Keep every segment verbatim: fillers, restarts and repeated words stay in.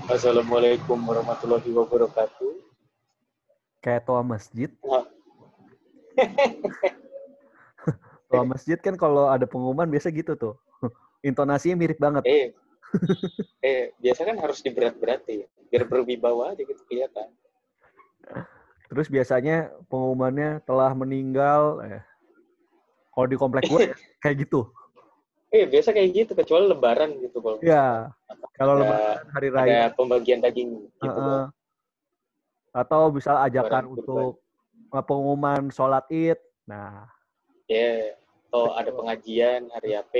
Assalamualaikum warahmatullahi wabarakatuh. Kayak toa masjid. Wah. Toa masjid kan kalau ada pengumuman biasa gitu tuh. Intonasinya mirip banget. Eh, eh, biasa kan harus diberat-berati, biar berwibawa aja gitu kelihatan. Terus biasanya pengumumannya telah meninggal. Eh. Kalau di komplek gue ya, kayak gitu. Eh, biasa kayak gitu, kecuali lebaran gitu kalau Ya, kalau ada, lebaran hari ada raya. pembagian daging gitu Uh-uh. kan. Atau misal ajakan Lebaran kurban. untuk pengumuman sholat id. Nah. Ya, yeah. Atau ada pengajian hari apa.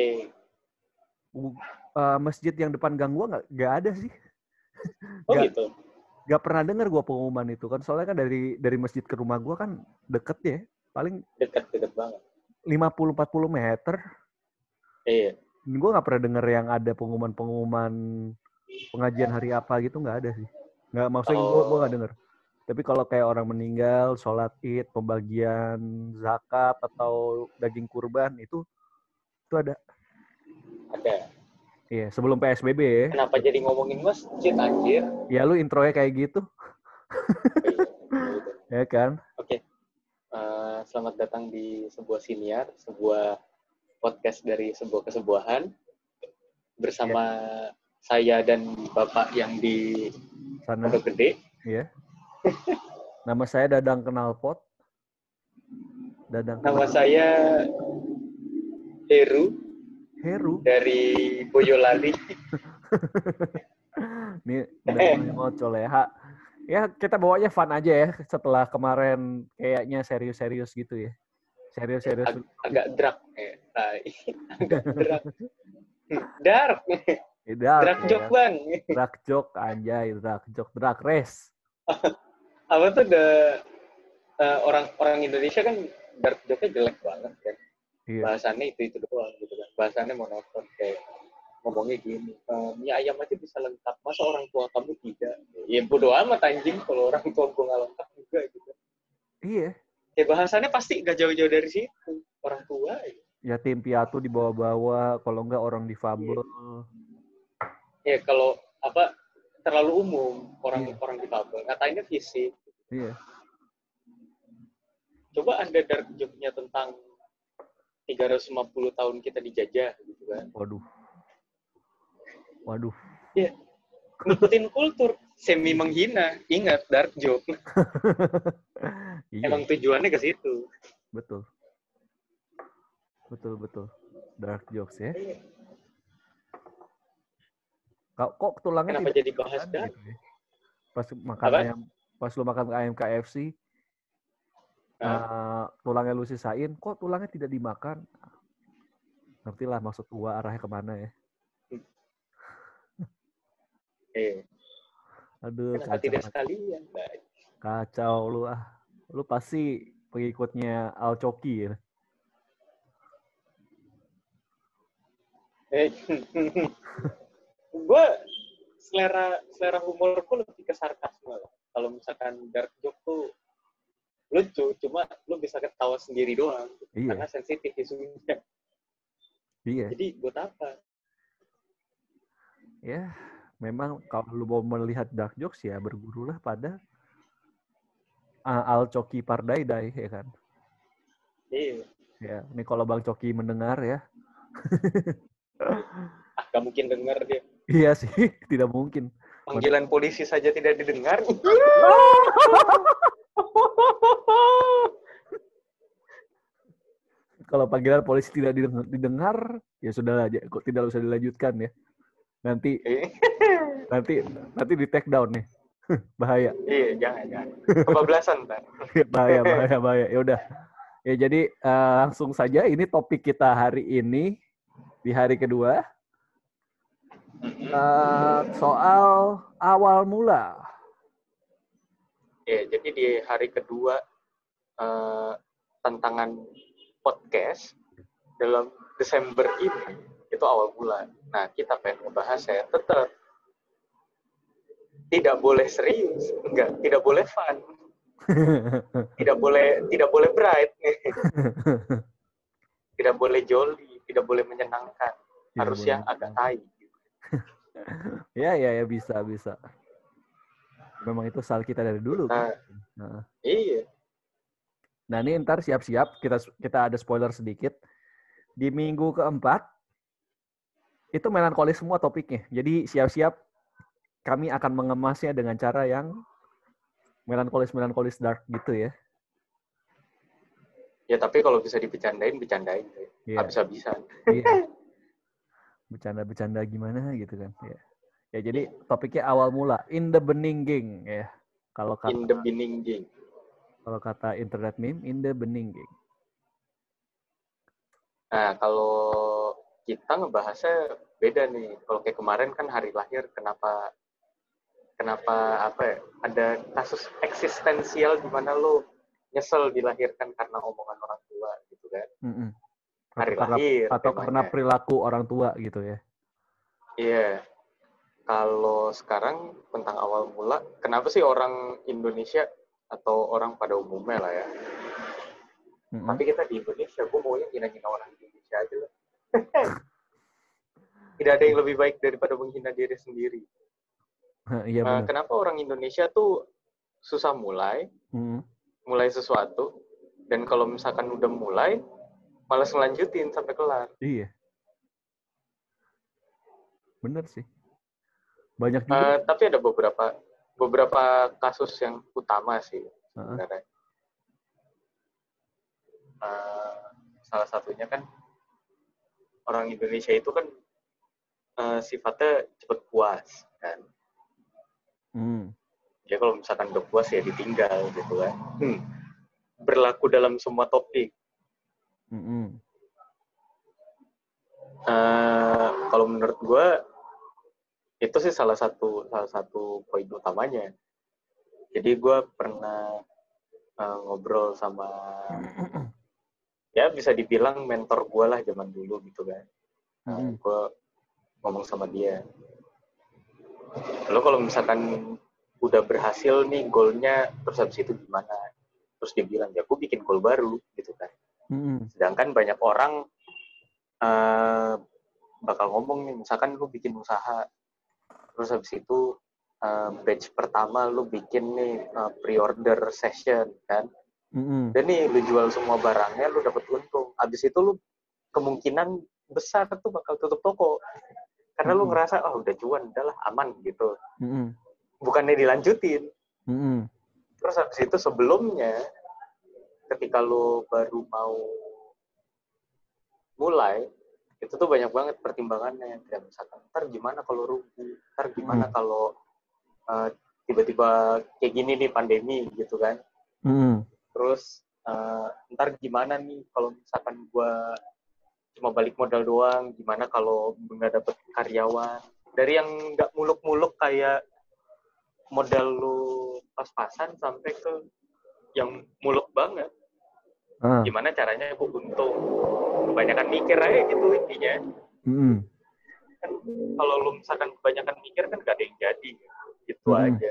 Uh, masjid yang depan gang gue nggak nggak ada sih. Oh gak, gitu. Gak pernah dengar gue pengumuman itu kan. Soalnya kan dari dari masjid ke rumah gue kan deket ya. Paling Dekat-dekat banget. lima puluh sampai empat puluh meter. Iya. Gue gak pernah denger yang ada pengumuman-pengumuman pengajian hari apa gitu, gak ada sih. Nggak, maksudnya gue Oh. gue gak denger. Tapi kalau kayak orang meninggal, sholat id, pembagian zakat atau daging kurban itu itu ada. Ada. Iya, sebelum P S B B ya. Kenapa jadi ngomongin masjid anjir? Ya lu intronya kayak gitu. Oh, iya. Gitu. Ya kan? Oke. Okay. Uh, selamat datang di sebuah siniar, sebuah podcast dari sebuah kesebuahan bersama yeah. saya dan Bapak yang di sana Pondok Gede. Iya. Nama saya Dadang Knalpot. Dadang Nama Knalpot. saya Heru. Heru dari Boyolali. Ini udah mulai ngocol ya. Ha, ya kita bawanya fun aja ya setelah kemarin kayaknya serius-serius gitu ya. Serius-serius. Ag- agak dark eh. agak dark. Dark. Dark, dark ya. joke bang. Dark joke anjay, dark joke, dark race. Apa tuh the uh, orang orang Indonesia kan dark joke-nya jelek banget kan. Iya. Bahasannya itu itu doang gitu kan. Bahasannya monoton kayak ngomongnya gini, e, mie ayam aja bisa lengkap, masa orang tua kamu tidak? Ya bodo amat anjing kalau orang tua gue nggak lengkap juga gitu. Iya. Ya bahasannya pasti nggak jauh-jauh dari situ, orang tua. Ya yatim piatu dibawa-bawa, kalau nggak orang difabel. Ya kalau apa terlalu umum orang iya. orang difabel, ngatainnya fisik. Iya. Coba ada dark joke-nya tentang tiga ratus lima puluh tahun kita dijajah gitu kan. Waduh. Waduh. Iya. Ngikutin kultur semi menghina. Ingat dark joke. Iya. Emang tujuannya ke situ. Betul. Betul betul. Dark jokes ya. Iya. Kok, kok tulangnya kenapa jadi bahas dark? Gitu ya? Pas makan apa? ayam, pas lu makan ayam K F C, uh, tulangnya lu sisain, kok tulangnya tidak dimakan? Ngerti lah maksud gua arahnya kemana ya. Eh. Aduh, kenapa kacau. tidak sekalian? Kacau lu ah. Lu pasti pengikutnya Al Coki ya. Eh. gue selera selera humor gue lebih ke sarkasme. Kalau misalkan dark joke tuh lucu, cuma lu bisa ketawa sendiri doang. Iya. Karena sensitif isunya. Iya. Jadi buat apa? Ya, memang kalau lu mau melihat dark jokes ya bergurulah pada uh, Al Coki Pardaidai ya kan. Iya. Ya, ini kalau Bang Coki mendengar ya. ah, gak mungkin dengar dia. Iya sih, tidak mungkin. Panggilan polisi saja tidak didengar. Kalau panggilan polisi tidak didengar, ya sudahlah, kok tidak usah dilanjutkan ya. Nanti nanti nanti di take down nih. Bahaya. Iya, jangan jangan. Kebablasan, Pak. bahaya, bahaya, bahaya. Ya udah. Ya jadi uh, langsung saja ini topik kita hari ini di hari kedua. Uh, soal awal mula. Ya, jadi di hari kedua uh, tantangan podcast dalam Desember ini itu awal bulan. Nah, kita pengen ngebahas ya tetap tidak boleh serius, enggak, tidak boleh fun, tidak boleh tidak boleh bright, tidak boleh jolly, tidak boleh menyenangkan, harus yang agak tai. Ya, ya, ya bisa, bisa. Memang itu style kita dari dulu. Nah, kan? Nah. Iya. Nah ini ntar siap-siap kita kita ada spoiler sedikit. Di minggu keempat itu melankolis semua topiknya. Jadi siap-siap kami akan mengemasnya dengan cara yang melankolis-melankolis dark gitu ya. Ya tapi kalau bisa dibecandain, becandain. Iya. Habis-habisan. Iya. Bercanda-bercanda gimana gitu kan. Ya. Ya jadi topiknya awal mula. In the bening gang ya. Kalau kata, in the bening gang. Kalau kata internet meme, in the bening gang. Nah kalau kita ngebahasnya beda nih. Kalau kayak kemarin kan hari lahir, kenapa kenapa apa ya, ada kasus eksistensial di mana lo nyesel dilahirkan karena omongan orang tua gitu kan. Mm-mm. Hari Atau karena, lahir atau temanya. karena perilaku orang tua gitu ya. Iya. Kalau sekarang tentang awal mula, kenapa sih orang Indonesia atau orang pada umumnya lah ya. Mm-hmm. Tapi kita di Indonesia, gue maunya hina-hina orang Indonesia aja lah. Tidak ada yang lebih baik daripada menghina diri sendiri. Iya, nah, benar. kenapa orang Indonesia tuh susah mulai, hmm. mulai sesuatu, dan kalau misalkan udah mulai, malas ngelanjutin sampai kelar. Iya. Bener sih. Banyak juga. Uh, tapi ada beberapa beberapa kasus yang utama sih sebenarnya. Uh-huh. Uh, salah satunya kan orang Indonesia itu kan uh, sifatnya cepat puas kan. Hmm. Ya kalau misalkan udah puas ya ditinggal gitu kan. Hmm. Berlaku dalam semua topik. Hmm. Uh, kalau menurut gue itu sih salah satu salah satu poin utamanya. Jadi gue pernah uh, ngobrol sama ya bisa dibilang mentor gue lah zaman dulu gitu kan. Nah, hmm. gue ngomong sama dia. Lalu kalau misalkan udah berhasil nih goalnya, terus habis itu gimana? Terus dia bilang, ya aku bikin goal baru gitu kan. Hmm. Sedangkan banyak orang uh, bakal ngomong nih, misalkan lu bikin usaha, terus habis itu uh, batch pertama lu bikin nih uh, pre-order session kan. Mm-hmm. Dan nih lu jual semua barangnya, lu dapet untung. Habis itu lu kemungkinan besar tuh bakal tutup toko. Karena mm-hmm. lu ngerasa, oh udah cuan, udahlah aman gitu. Mm-hmm. Bukannya dilanjutin. Mm-hmm. Terus habis itu sebelumnya, ketika lu baru mau mulai, itu tuh banyak banget pertimbangannya. Kayak misalkan, ntar gimana kalau rugi? Ntar gimana mm-hmm. kalau uh, tiba-tiba kayak gini nih pandemi gitu kan? Mm-hmm. Terus uh, ntar gimana nih kalau misalkan gue cuma balik modal doang, gimana kalau nggak dapet karyawan. Dari yang nggak muluk-muluk kayak modal lu pas-pasan sampai ke yang muluk banget. Hmm. Gimana caranya gue untung. Kebanyakan mikir aja gitu intinya. Hmm. Kan, kalau lu misalkan kebanyakan mikir kan nggak ada yang jadi. Gitu hmm. aja.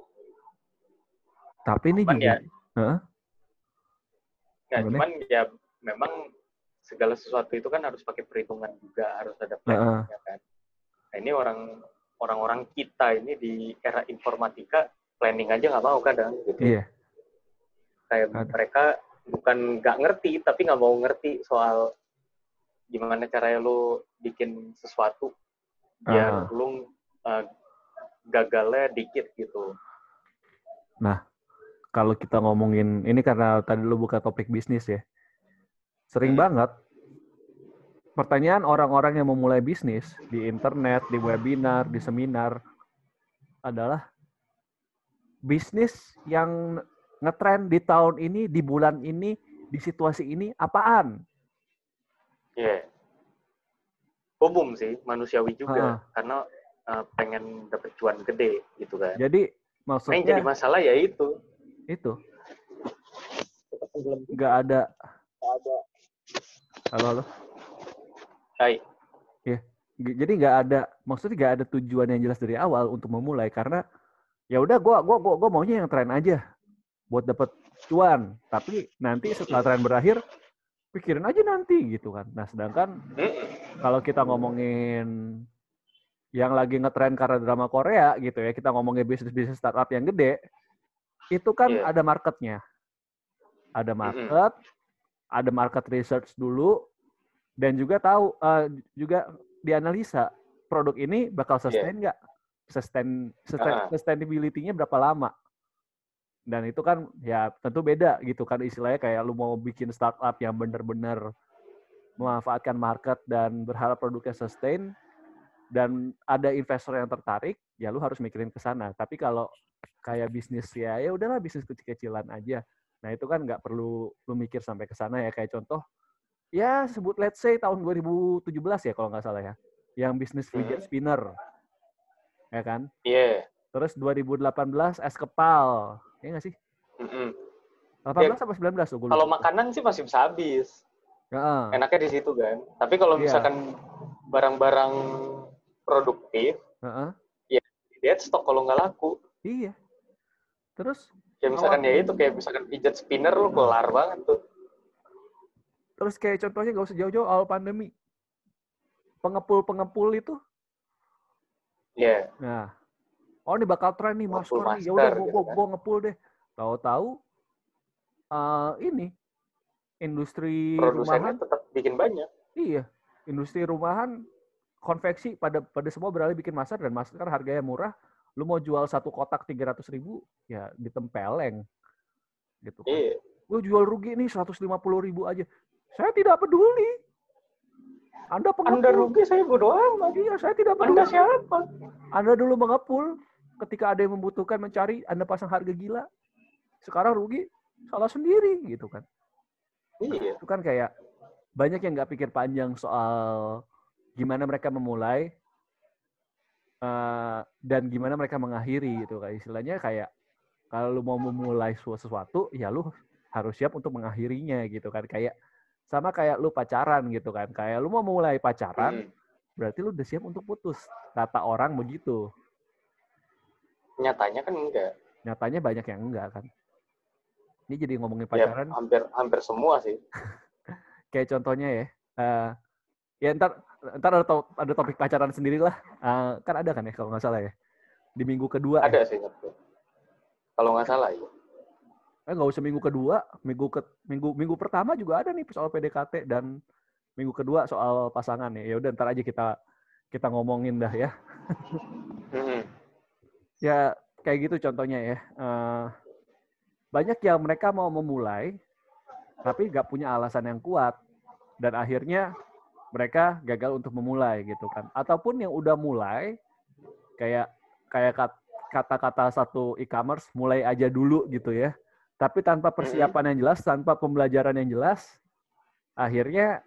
Tapi ini cuman juga... Ya, huh? Nah, cuman ya memang segala sesuatu itu kan harus pakai perhitungan juga, harus ada planning uh-uh. kan. Nah, ini orang orang-orang kita ini di era informatika planning aja nggak mau kadang gitu. Iya. Kayak ada. Mereka bukan nggak ngerti tapi nggak mau ngerti soal gimana caranya lo bikin sesuatu biar uh-huh. lo uh, gagalnya dikit gitu. Nah, kalau kita ngomongin ini karena tadi lo buka topik bisnis ya. Sering hmm. banget pertanyaan orang-orang yang memulai bisnis di internet, di webinar, di seminar adalah bisnis yang ngetrend di tahun ini, di bulan ini, di situasi ini apaan? Iya. Yeah. Umum sih, manusiawi juga. Ha. Karena uh, pengen dapet cuan gede gitu kan. Jadi maksudnya... Yang jadi masalah ya itu. Itu. Nggak ada... ada. Halo, halo. Hai. Ya, jadi nggak ada, maksudnya nggak ada tujuan yang jelas dari awal untuk memulai karena ya udah, gue gua, gua, gua maunya yang tren aja buat dapet cuan. Tapi nanti setelah tren berakhir, pikirin aja nanti gitu kan. Nah, sedangkan kalau kita ngomongin yang lagi ngetren karena drama Korea gitu ya, kita ngomongin bisnis-bisnis startup yang gede, itu kan yeah. ada marketnya. Ada market, mm-hmm. ada market research dulu, dan juga tahu, uh, juga dianalisa produk ini bakal sustain nggak? Yeah. Sustain, sustain uh-huh. sustainability-nya berapa lama? Dan itu kan ya tentu beda gitu kan, istilahnya kayak lu mau bikin startup yang benar-benar memanfaatkan market dan berharap produknya sustain, dan ada investor yang tertarik, ya lu harus mikirin ke sana. Tapi kalau kayak bisnis ya, ya udahlah bisnis kecil-kecilan aja. Nah itu kan nggak perlu lu mikir sampai ke sana ya. Kayak contoh, ya sebut let's say tahun dua ribu tujuh belas ya kalau nggak salah ya, yang bisnis fidget spinner, ya kan? Iya. Yeah. Terus dua ribu delapan belas es kepal, ya nggak sih? Mm-hmm. delapan belas atau sembilan belas tuh? Kalau makanan sih masih bisa habis. Ya. Enaknya di situ kan. Tapi kalau yeah. misalkan barang-barang produktif, uh-uh. ya dia stok kalau nggak laku. Iya. Terus? Ya misalkan awal... ya itu kayak misalkan fidget spinner lu kelar uh. banget tuh. Terus kayak contohnya nggak usah jauh-jauh awal pandemi, pengepul-pengepul itu. Iya. Yeah. Nah, oh ini bakal tren nih masker, masker nih. Ya udah, gua, gua, gua ngepul deh. Tahu-tahu uh, ini industri produsennya rumahan tetap bikin banyak. Iya, industri rumahan konveksi pada pada semua beralih bikin masker, dan masker harganya murah. Lu mau jual satu kotak tiga ratus ribu, ya ditempeleng. Gitu kan. Iya. Lu jual rugi nih seratus lima puluh ribu aja. Saya tidak peduli. Anda pengepul. Anda rugi, saya bodo amat. Iya, saya tidak peduli. Anda siapa? Anda dulu mengepul, ketika ada yang membutuhkan mencari, Anda pasang harga gila. Sekarang rugi, salah sendiri gitu kan. Iya. Itu kan kayak banyak yang nggak pikir panjang soal gimana mereka memulai uh, dan gimana mereka mengakhiri gitu. Kayak istilahnya kayak kalau lu mau memulai sesuatu, ya lu harus siap untuk mengakhirinya gitu kan. Kayak sama kayak lu pacaran gitu kan. Kayak lu mau mulai pacaran, hmm. berarti lu udah siap untuk putus. Kata orang begitu. Nyatanya kan enggak. Nyatanya banyak yang enggak kan. Ini jadi ngomongin pacaran. Ya, hampir hampir semua sih. Kayak contohnya ya, uh, ya ntar ntar ada, to- ada topik pacaran sendiri lah, uh, kan ada kan ya kalau nggak salah ya, di minggu kedua. Ada ya? sih kalau nggak salah ya. Eh nggak usah minggu kedua, minggu ke minggu minggu pertama juga ada nih soal P D K T, dan minggu kedua soal pasangan ya. Ya udah ntar aja kita kita ngomongin dah ya. mm-hmm. Ya kayak gitu contohnya ya. Uh, banyak yang mereka mau memulai tapi nggak punya alasan yang kuat, dan akhirnya mereka gagal untuk memulai gitu kan. Ataupun yang udah mulai, kayak kayak kata-kata satu e-commerce, mulai aja dulu gitu ya. Tapi tanpa persiapan yang jelas, tanpa pembelajaran yang jelas, akhirnya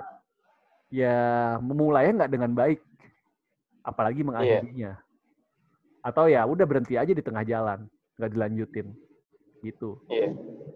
ya memulainya nggak dengan baik, apalagi mengakhirinya. Yeah. Atau ya udah berhenti aja di tengah jalan, nggak dilanjutin gitu. Yeah.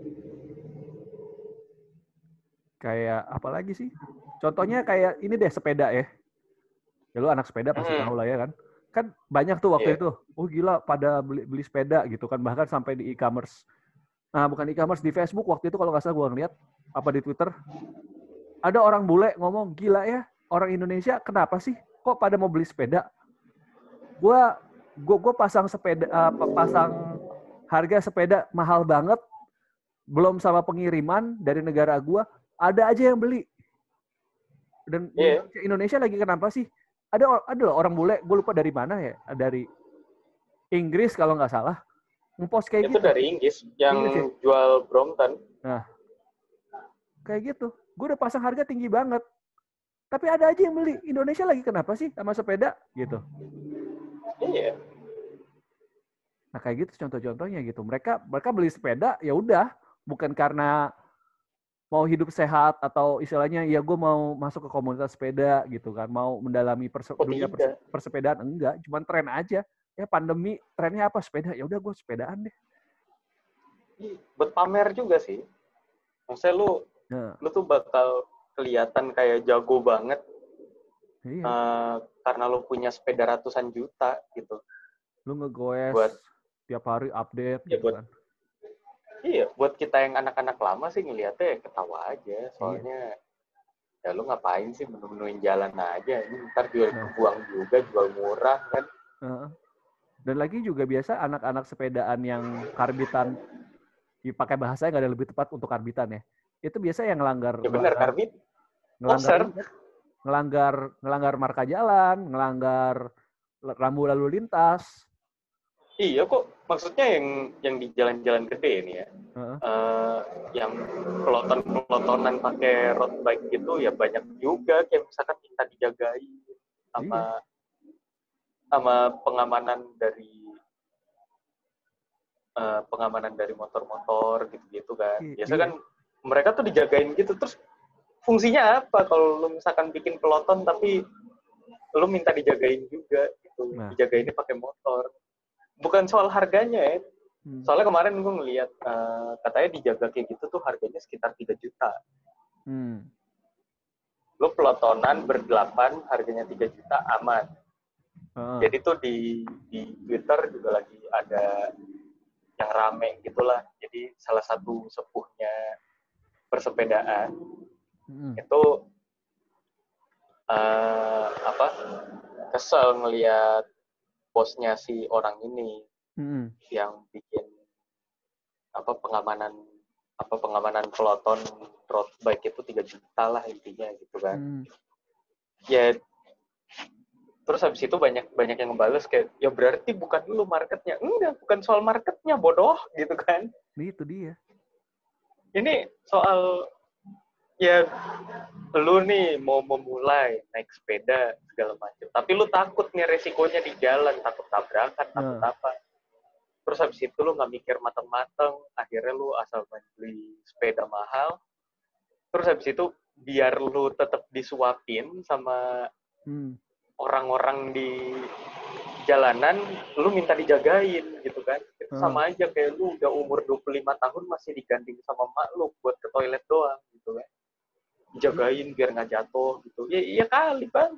Kayak apa lagi sih? Contohnya kayak ini deh, sepeda ya. Ya lu anak sepeda pasti tahu lah ya kan. Kan banyak tuh waktu yeah. itu. Oh gila pada beli, beli sepeda gitu kan. Bahkan sampai di e-commerce. Nah bukan e-commerce, di Facebook waktu itu kalau nggak salah gue ngeliat. Apa di Twitter. Ada orang bule ngomong, gila ya orang Indonesia kenapa sih kok pada mau beli sepeda? Gue gue gue pasang sepeda, uh, pasang harga sepeda mahal banget. Belum sama pengiriman dari negara gue. Ada aja yang beli. Dan yeah. Indonesia lagi kenapa sih? Ada ada loh orang bule, gue lupa dari mana ya, dari Inggris kalau nggak salah, ngepost kayak itu gitu. Itu dari Inggris, yang Inggris, ya? Jual Brompton. Nah, kayak gitu. Gue udah pasang harga tinggi banget. Tapi ada aja yang beli. Indonesia lagi kenapa sih sama sepeda? Gitu. Iya. Yeah. Nah kayak gitu contoh-contohnya gitu. Mereka mereka beli sepeda, ya udah. Bukan karena mau hidup sehat atau istilahnya ya gue mau masuk ke komunitas sepeda gitu kan, mau mendalami perse- oh, dunia perse- persepedaan, enggak, cuma tren aja ya, pandemi trennya apa, sepeda, ya udah gue sepedaan deh. Buat pamer juga sih, maksudnya lu nah. lu tuh bakal kelihatan kayak jago banget. Iya. Uh, karena lu punya sepeda ratusan juta gitu, lu ngegoes buat tiap hari update ya, gitu buat, kan. Iya, buat kita yang anak-anak lama sih ngeliatnya ketawa aja. Soalnya ya lu ngapain sih menu-menuin jalan aja, ini ntar jual nah. kebuang juga, jual murah kan. Uh, dan lagi juga biasa anak-anak sepedaan yang karbitan, pakai bahasanya nggak ada lebih tepat untuk karbitan ya, itu biasa yang ngelanggar, ya benar, karbit, ngelanggar, ngelanggar, ngelanggar marka jalan, ngelanggar rambu lalu lintas. Iya kok, maksudnya yang yang di jalan-jalan gede ini ya, uh-huh. uh, yang peloton-pelotonan pakai road bike gitu ya banyak juga, kayak misalkan minta dijagai sama iya. sama pengamanan dari uh, pengamanan dari motor-motor gitu-gitu kan. Biasa iya. kan mereka tuh dijagain gitu, terus fungsinya apa kalau lu misalkan bikin peloton tapi lu minta dijagain juga gitu, nah. dijagainnya pakai motor. Bukan soal harganya ya. Hmm. Soalnya kemarin gue ngeliat uh, katanya dijaga kayak gitu tuh harganya sekitar tiga juta. Hmm. Lu pelotonan berdelapan harganya tiga juta aman. Uh. Jadi tuh di di Twitter juga lagi ada yang rame gitulah. Jadi salah satu sepuhnya persepedaan hmm. itu uh, apa kesel ngeliat posnya si orang ini hmm. yang bikin apa pengamanan apa pengamanan peloton road bike itu tiga juta lah intinya gitu kan. Hmm. Ya terus habis itu banyak banyak yang ngebales kayak ya berarti bukan lu marketnya. Enggak, bukan soal marketnya, bodoh gitu kan. Itu dia. Ini soal ya lu nih mau memulai naik sepeda segala macam, tapi lu takut nih resikonya di jalan, takut tabrakan, takut nah. apa. Terus habis itu lu nggak mikir mateng-mateng, akhirnya lu asal beli sepeda mahal. Terus habis itu biar lu tetap disuapin sama hmm. orang-orang di jalanan, lu minta dijagain gitu kan. Itu hmm. sama aja kayak lu udah umur dua puluh lima tahun masih digandeng sama mak lu buat ke toilet doang gitu kan. Dijagain biar nggak jatuh gitu. Ya iya kali, Bang.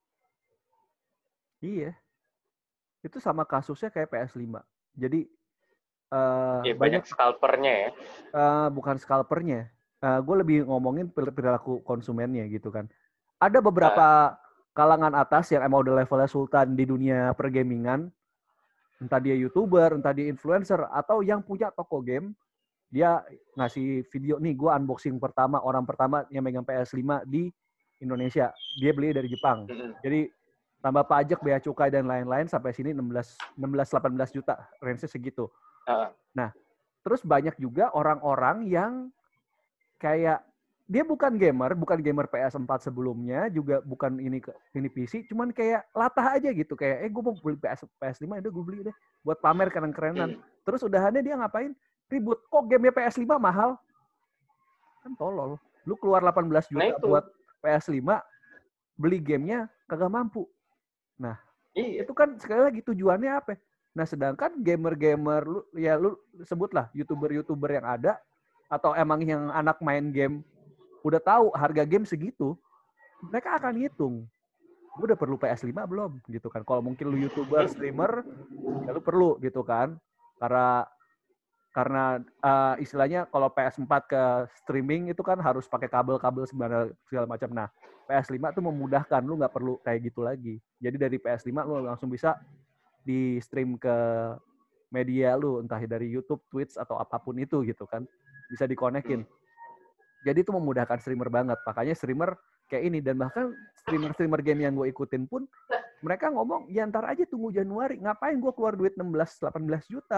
Iya. Itu sama kasusnya kayak P S lima. Jadi uh, ya, banyak, banyak scalpernya ya. Uh, bukan scalpernya. Uh, gue lebih ngomongin perilaku konsumennya gitu kan. Ada beberapa uh. kalangan atas yang emang udah levelnya sultan di dunia pergamingan. Entah dia YouTuber, entah dia influencer, atau yang punya toko game. Dia ngasih video, nih gue unboxing pertama, orang pertama yang megang P S lima di Indonesia. Dia beli dari Jepang. Mm-hmm. Jadi tambah pajak, bea cukai, dan lain-lain sampai sini enam belas delapan belas juta. Range-nya segitu. Uh. Nah, terus banyak juga orang-orang yang kayak, dia bukan gamer, bukan gamer P S empat sebelumnya, juga bukan ini ini P C, cuman kayak latah aja gitu. Kayak, eh gue mau beli P S, P S lima, udah gue beli deh. Buat pamer keren-kerenan. Mm. Terus udahannya dia ngapain? Ribut, kok game P S lima mahal? Kan tolol. Lu keluar delapan belas juta nah buat P S lima, beli gamenya kagak mampu. Nah, iya. Itu kan sekali lagi tujuannya apa? Nah, sedangkan gamer-gamer, lu ya lu sebutlah YouTuber-YouTuber yang ada, atau emang yang anak main game, udah tahu harga game segitu, mereka akan hitung. Gue udah perlu P S lima belum? Gitu kan. Kalau mungkin lu YouTuber, streamer, ya lu perlu gitu kan. Karena Karena uh, istilahnya kalau P S empat ke streaming itu kan harus pakai kabel-kabel segala, segala macam. Nah, P S lima tuh memudahkan. Lu nggak perlu kayak gitu lagi. Jadi dari P S lima lu langsung bisa di-stream ke media lu. Entah dari YouTube, Twitch, atau apapun itu gitu kan. Bisa dikonekin. Jadi itu memudahkan streamer banget. Makanya streamer kayak ini. Dan bahkan streamer-streamer game yang gue ikutin pun, mereka ngomong, ya ntar aja tunggu Januari. Ngapain gue keluar duit enam belas delapan belas juta?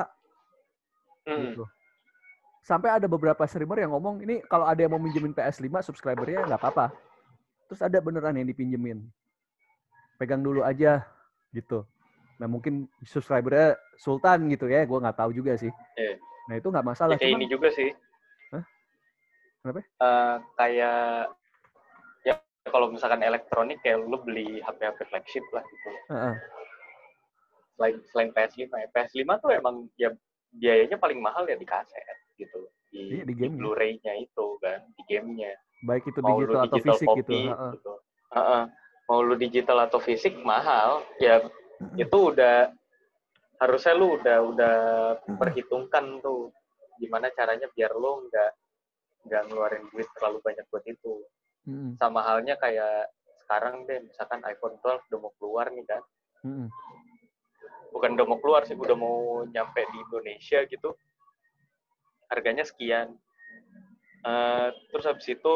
Gitu. Sampai ada beberapa streamer yang ngomong, ini kalau ada yang mau minjemin P S lima, subscribernya nggak apa-apa. Terus ada beneran yang dipinjemin. Pegang dulu aja, gitu. Nah mungkin subscribernya sultan gitu ya, gue nggak tahu juga sih. Yeah. Nah itu nggak masalah. Ya, kayak cuman, ini juga sih. Hah? Kenapa? Uh, kayak, ya kalau misalkan elektronik, kayak lu beli H P H P flagship lah gitu. Uh-uh. Selain, selain P S lima, ya. P S lima tuh emang ya biayanya paling mahal ya di kaset gitu, di, iya, di, di Blu-ray-nya itu kan, di gamenya. Baik itu mau digital, digital atau fisik copy, gitu. Uh-uh. gitu. Uh-uh. Mau lu digital atau fisik mahal, ya itu udah harusnya lu udah udah perhitungkan tuh gimana caranya biar lu nggak nggak ngeluarin duit terlalu banyak buat itu. Mm-hmm. Sama halnya kayak sekarang deh, misalkan iPhone twelve udah mau keluar nih kan. Mm-hmm. Bukan udah mau keluar sih, udah mau nyampe di Indonesia gitu. Harganya sekian. Uh, terus habis itu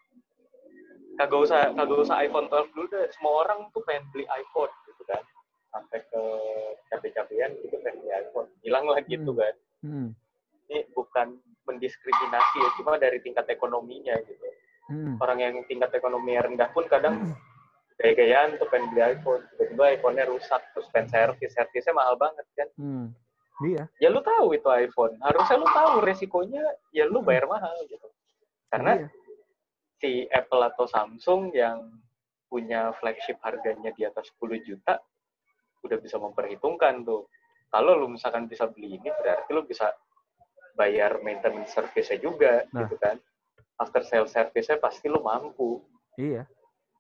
kagak usah kagak usah iPhone twelve dulu deh. Semua orang tuh pengen beli iPhone gitu kan. Sampai ke cabe-cabean gitu pengen beli iPhone. Hilang lah gitu kan. Mm-hmm. Ini bukan mendiskriminasi ya, cuma dari tingkat ekonominya gitu. Hmm. Orang yang tingkat ekonomi rendah pun kadang gaya-gayaan tuh pengen beli iPhone, tiba-tiba iPhone-nya rusak, terus pengen servis, servisnya mahal banget kan. Hmm. Iya. Ya lu tahu itu iPhone, harusnya lu tahu resikonya, ya lu bayar mahal gitu. Karena iya. Si Apple atau Samsung yang punya flagship harganya di atas sepuluh juta, udah bisa memperhitungkan tuh. Kalau lu misalkan bisa beli ini, berarti lu bisa bayar maintenance service-nya juga, nah. Gitu kan. After sale service-nya pasti lu mampu. Iya.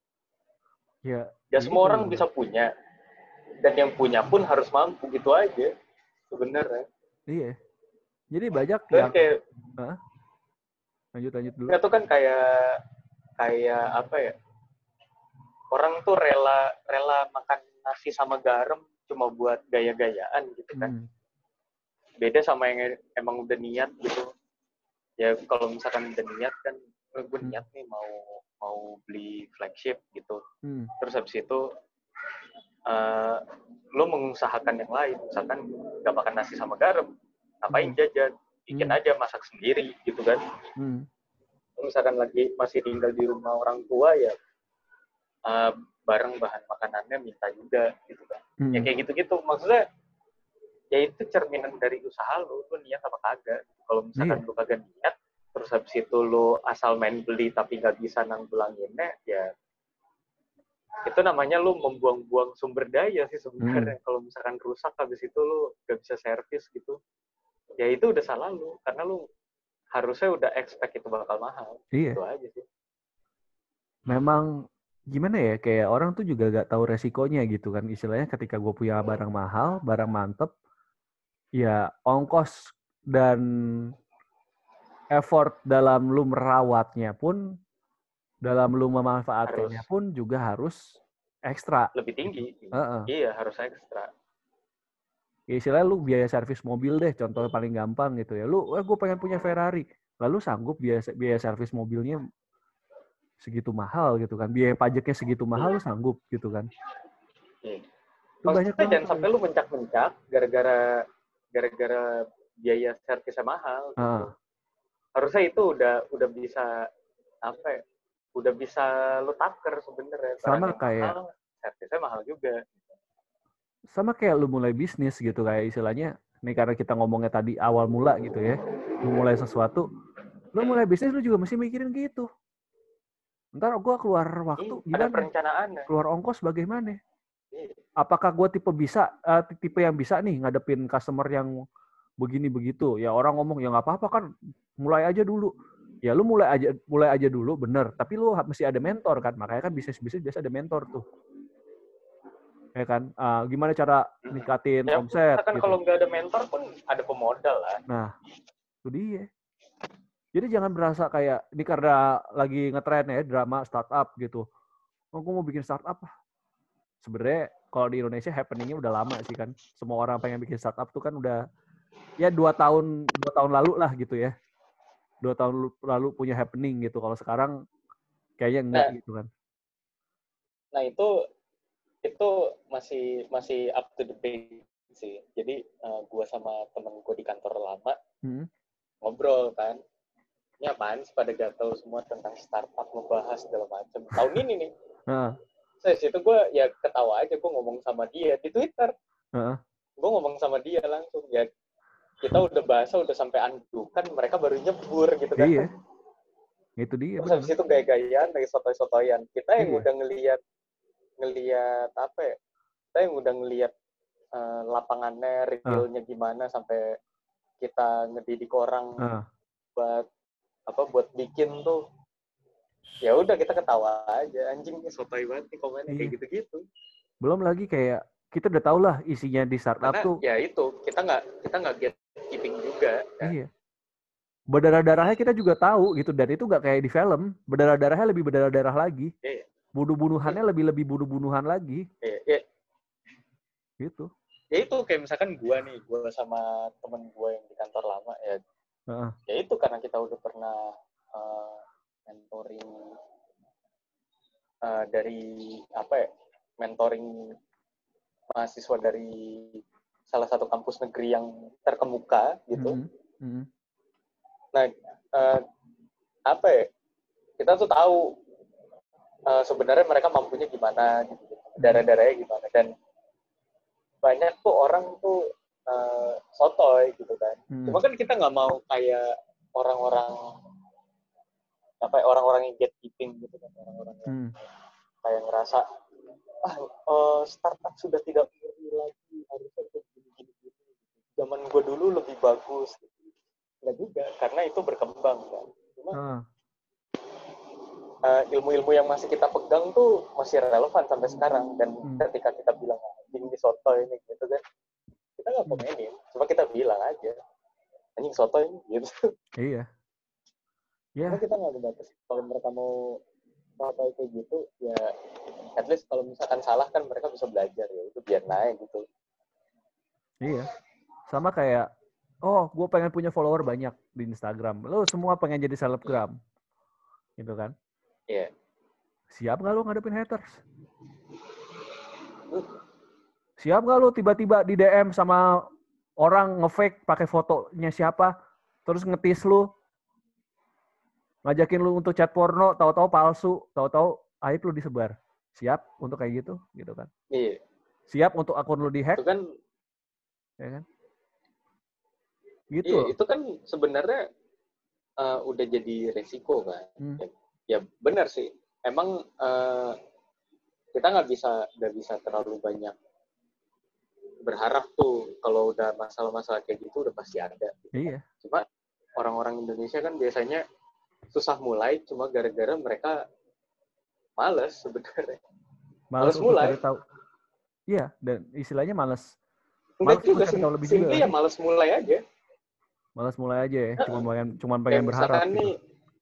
Ya, ya semua orang bisa punya. Dan yang punya pun harus mampu gitu aja. Sebenarnya. Iya. Jadi banyak dan yang... kayak... Huh? Lanjut, lanjut dulu. Itu kan kayak... Kayak apa ya? Orang tuh rela rela makan nasi sama garam cuma buat gaya-gayaan gitu kan. Hmm. Beda sama yang emang udah niat gitu. Ya kalau misalkan udah niat kan, oh, gue niat nih mau mau beli flagship gitu. Hmm. Terus habis itu uh, lo mengusahakan yang lain, misalkan nggak makan nasi sama garam, ngapain hmm. jajan, bikin hmm. aja masak sendiri gitu kan. Hmm. Misalkan lagi masih tinggal di rumah orang tua ya uh, bareng bahan makanannya minta juga gitu kan. Hmm. Ya kayak gitu-gitu maksudnya. Ya itu cerminan dari usaha lo, lo niat apa kagak. Kalau misalkan yeah. lo kagak niat, terus habis itu lo asal main beli tapi nggak bisa nanggulanginnya, ya itu namanya lo membuang-buang sumber daya sih sebenarnya. Hmm. Kalau misalkan rusak habis itu lo nggak bisa servis gitu, ya itu udah salah lo, karena lo harusnya udah expect itu bakal mahal. Iya. Itu aja sih. Memang gimana ya, kayak orang tuh juga gak tahu resikonya gitu kan. Istilahnya ketika gue punya barang mahal, barang mantep, ya ongkos dan effort dalam lu merawatnya pun, dalam lu memanfaatkannya harus, pun juga harus ekstra. Lebih tinggi. Gitu. Uh-uh. Iya, harus ekstra. Ya, istilahnya lu biaya servis mobil deh, contoh paling gampang gitu ya. Lu, eh, gue pengen punya Ferrari. Lalu sanggup biaya, biaya servis mobilnya segitu mahal gitu kan. Biaya pajaknya segitu mahal, lu sanggup gitu kan. Hmm. Itu banyak banget. Jangan sampai lu mencak-mencak gara-gara gara-gara biaya servisnya mahal gitu. Uh. Harusnya itu udah udah bisa apa ya? Udah bisa lu taker sebenarnya. Sama kayak mahal, servisnya mahal juga. Sama kayak lu mulai bisnis gitu, kayak istilahnya nih, karena kita ngomongnya tadi awal mula gitu ya. Lu mulai sesuatu, lu mulai bisnis lu juga mesti mikirin gitu. Ntar gue keluar waktu Ih, gimana? Ada perencanaan. Keluar ongkos bagaimana? Apakah gue tipe bisa uh, tipe yang bisa nih ngadepin customer yang begini begitu? Ya orang ngomong ya nggak apa-apa kan, mulai aja dulu. Ya lu mulai aja mulai aja dulu, bener. Tapi lu mesti ada mentor kan. Makanya kan bisnis-bisnis biasa ada mentor tuh. Ya kan? Uh, gimana cara ningkatin ya, omset? Kan gitu. Kalau nggak ada mentor pun ada pemodal lah. Nah, itu dia. Jadi jangan berasa kayak ini karena lagi ngetren ya drama startup gitu. Oh, gue mau bikin startup. Sebenarnya kalau di Indonesia happening-nya udah lama sih kan. Semua orang pengen bikin startup tuh kan udah ya dua tahun dua tahun lalu lah gitu ya. Dua tahun lalu punya happening gitu. Kalau sekarang kayaknya enggak nah, gitu kan. Nah itu itu masih masih up to debate sih. Jadi uh, gue sama temen gue di kantor lama hmm. ngobrol kan. Ini apaan sih pada gatel semua tentang startup, membahas segala macam. Tahun ini nih. Uh. Saya so, situ gue ya ketawa aja, gue ngomong sama dia di Twitter. Uh. Gue ngomong sama dia langsung, ya kita udah bahasa udah sampai andukan, mereka baru nyebur gitu kan. Iya. Itu dia. Terus habis itu gaya-gayaan, lagi sotoy-sotoyan. Kita yang iya. udah ngelihat ngelihat apa ya? Kita yang udah ngelihat uh, lapangannya, realnya uh. gimana sampai kita ngedidik orang uh. buat apa buat bikin tuh. Ya udah kita ketawa aja, anjingnya sotoy banget nih komennya iya. Kayak gitu-gitu. Belum lagi kayak kita udah tau lah isinya di startup karena, tuh. Ya itu kita nggak kita nggak gatekeeping juga. Kan? Iya. berdarah-darahnya kita juga tahu gitu, dan itu gak kayak di film. Berdarah-darahnya lebih berdarah-darah lagi. Iya. Bunuh-bunuhannya iya. lebih-lebih bunuh-bunuhan lagi. Iya, iya. Gitu. Ya itu kayak misalkan gua nih, gua sama temen gua yang di kantor lama ya. Uh-uh. Ya itu karena kita udah pernah uh, mentoring uh, dari apa ya? Mentoring mahasiswa dari salah satu kampus negeri yang terkemuka gitu. Mm-hmm. Mm-hmm. Nah, uh, apa ya? Kita tuh tahu uh, sebenarnya mereka mampunya gimana, gitu, darah-darahnya gimana, dan banyak tuh orang tuh uh, sotoy gitu kan. Hmm. Cuma kan kita nggak mau kayak orang-orang apa ya, orang-orang yang gatekeeping gitu kan, orang-orang yang hmm. kayak ngerasa ah uh, startup sudah tidak perlu lagi, harusnya begini-gini gitu. Zaman gue dulu lebih bagus gitu. Nggak juga, karena itu berkembang kan. Cuma hmm. uh, ilmu-ilmu yang masih kita pegang tuh masih relevan sampai sekarang, dan hmm. ketika kita bilang ini sotoy ini gitu kan, kita nggak komenin, cuma kita bilang aja anjing sotoy ini gitu. Iya. Ya. Karena kita nggak ngebatas. Kalau mereka mau sotoy kayak gitu, ya at least kalau misalkan salah kan mereka bisa belajar, ya itu biar naik gitu. Iya. Sama kayak, oh gue pengen punya follower banyak di Instagram, lo semua pengen jadi selebgram, hmm. gitu kan? Iya. Siap nggak lo ngadepin haters? Uh. Siap nggak lu tiba-tiba di D M sama orang nge-fake pakai fotonya siapa, terus ngetis lu, ngajakin lu untuk chat porno, tahu-tahu palsu, tahu-tahu aib lu disebar. Siap untuk kayak gitu, gitu kan? Iya. Siap untuk akun lu dihack? Itu kan, ya kan? Gitu. Iya, itu kan sebenarnya uh, udah jadi resiko kan. Hmm. Ya, ya benar sih. Emang uh, kita nggak bisa nggak bisa terlalu banyak berharap tuh kalau udah masalah-masalah kayak gitu udah pasti ada. Iya. Cuma orang-orang Indonesia kan biasanya susah mulai cuma gara-gara mereka malas sebenarnya. Malas mulai. Tahu. Iya, dan istilahnya malas. Enggak juga sih. Simply ya malas mulai aja. Malas mulai aja ya. Cuma pengen cuma pengen berharap. Gitu. Nih,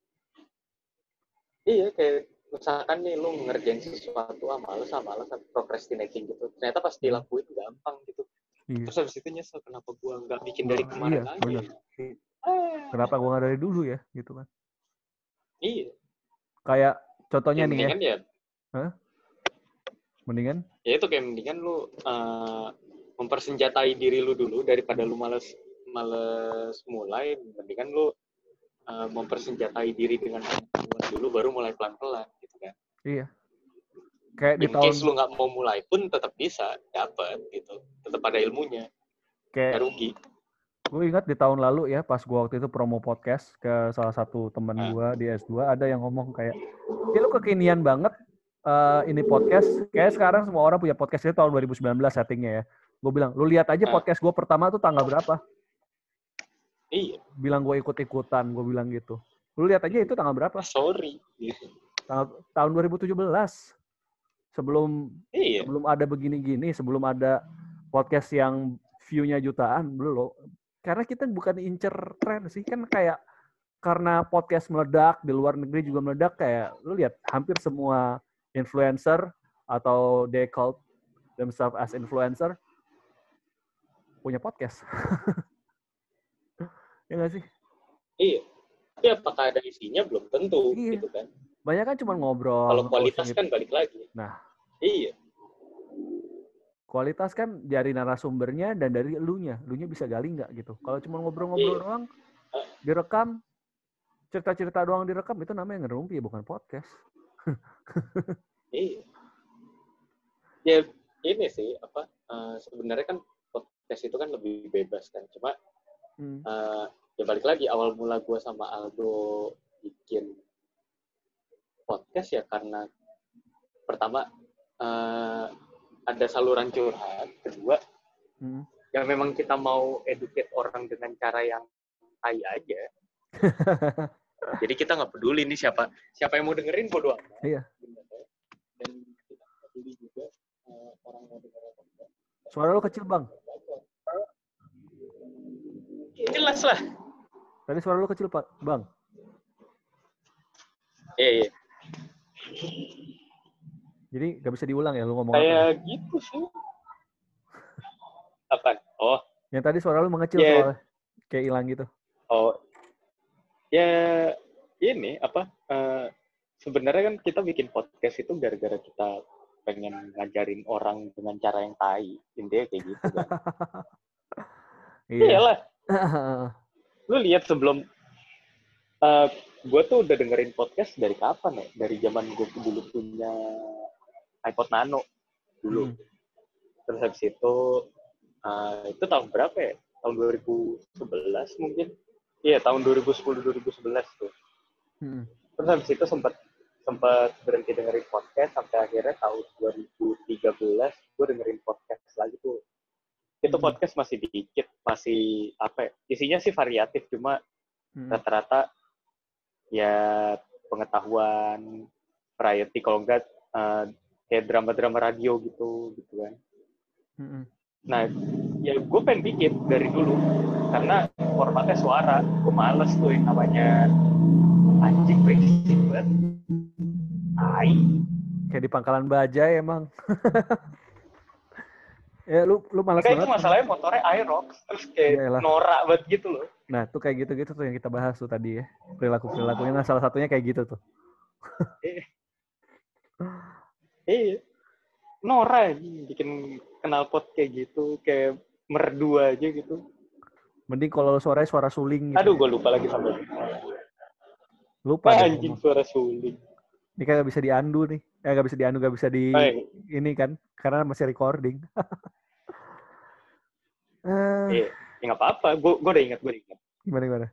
iya kayak misalkan nih lu ngerjain sesuatu, ah males, ah males, ah procrastinating gitu. Ternyata pas dilakuin gampang gitu. Iya. Terus habis itu nyesel kenapa gua nggak bikin dari kemarin iya, lagi. Bener. Ah. Kenapa gua nggak dari dulu ya, gitu kan? Iya. Kayak contohnya ya, nih mendingan ya. ya. Hah? Mendingan? Ya itu kayak mendingan lu uh, mempersenjatai diri lu dulu daripada lu males males mulai. Mendingan lu uh, mempersenjatai diri dengan dulu baru mulai pelan-pelan gitu kan. Iya. Kayak di In tahun case lu nggak mau mulai pun tetap bisa dapat gitu. Tetap ada ilmunya. Kayak nggak rugi. Gue ingat di tahun lalu ya pas gue waktu itu promo podcast ke salah satu teman nah. gue di S dua ada yang ngomong kayak, "Ya lu kekinian banget uh, ini podcast. Kayak sekarang semua orang punya podcast itu tahun dua ribu sembilan belas settingnya ya." Gue bilang, "Lu lihat aja podcast gue pertama tuh tanggal berapa?" Iya. Bilang gue ikut-ikutan, gue bilang gitu. Lu lihat aja itu tanggal berapa? Sorry. Tanggal, tahun dua ribu tujuh belas. Sebelum iya. sebelum ada begini-gini, sebelum ada podcast yang view-nya jutaan, belum. Karena kita bukan incer tren sih, kan kayak karena podcast meledak, di luar negeri juga meledak, kayak lu lihat hampir semua influencer atau they call themselves as influencer punya podcast. Ya nggak sih? Iya. Tapi apakah ada isinya belum tentu, iya. gitu kan? Banyak kan cuma ngobrol. Kalau kualitas kan balik lagi. Nah. Iya. Kualitas kan dari narasumbernya dan dari elunya. Elunya bisa gali nggak gitu. Kalau cuma ngobrol-ngobrol iya. doang, direkam, cerita-cerita doang direkam, itu namanya ngerumpi, bukan podcast. Iya. Ya, ini sih, apa, uh, sebenarnya kan podcast itu kan lebih bebas kan. Cuma, hmm. uh, ya balik lagi, awal mula gue sama Aldo bikin podcast ya karena, pertama, uh, ada saluran curhat, kedua hmm. ya memang kita mau educate orang dengan cara yang tai aja. Jadi kita nggak peduli nih siapa siapa yang mau dengerin bodo amat. Iya. Dan kita nggak peduli juga uh, orang mau dengerin. Suara lo kecil bang. Ya, jelas lah. Tadi suara lu kecil, Pak. Bang. Iya, iya. Jadi gak bisa diulang ya lu ngomong Kayak apa? gitu sih. Apa? Oh. Yang tadi suara lu mengecil Yeah. soalnya. Kayak hilang gitu. Oh. Ya, ini apa? Uh, sebenarnya kan kita bikin podcast itu gara-gara kita pengen ngajarin orang dengan cara yang tai. Intinya kayak gitu kan. Iya. Iyalah. Lu lihat sebelum uh, gue tuh udah dengerin podcast dari kapan ya? Dari zaman gue dulu punya iPod Nano dulu. Hmm. Terus habis itu uh, itu tahun berapa ya? Tahun dua ribu sebelas mungkin. Iya, tahun dua ribu sepuluh dua ribu sebelas tuh. Hmm. Terus habis itu sempat sempat berhenti dengerin podcast sampai akhirnya tahun dua ribu tiga belas gue dengerin podcast lagi tuh. Itu podcast masih dikit, masih apa ya, isinya sih variatif, cuma hmm. rata-rata ya pengetahuan, variety, kalau enggak uh, kayak drama-drama radio gitu, gitu kan. Hmm. Nah, ya gue pengen bikin dari dulu, karena formatnya suara, gue males tuh yang namanya anjing berisik banget. Ai. Kayak di Pangkalan Bajai emang. Ya lu lu malas banget. Kayak itu masalahnya motornya Aerox terus kayak Yaelah. norak banget gitu loh. Nah, tuh kayak gitu-gitu tuh yang kita bahas tuh tadi ya. Perilaku-perilakunya nah salah satunya kayak gitu tuh. Eh. Eh. Norak bikin knalpot kayak gitu, kayak merdu aja gitu. Mending kalau suaranya suara suling gitu. Aduh, gue lupa lagi sampai. Lupa ah, anjing ngomong. Suara suling. Ini kan gak bisa diandu nih. Eh gak bisa diandu, gak bisa di Ay. Ini kan karena masih recording. uh, eh, ya nggak apa-apa. Gue gue udah ingat, gue ingat. Gimana gimana?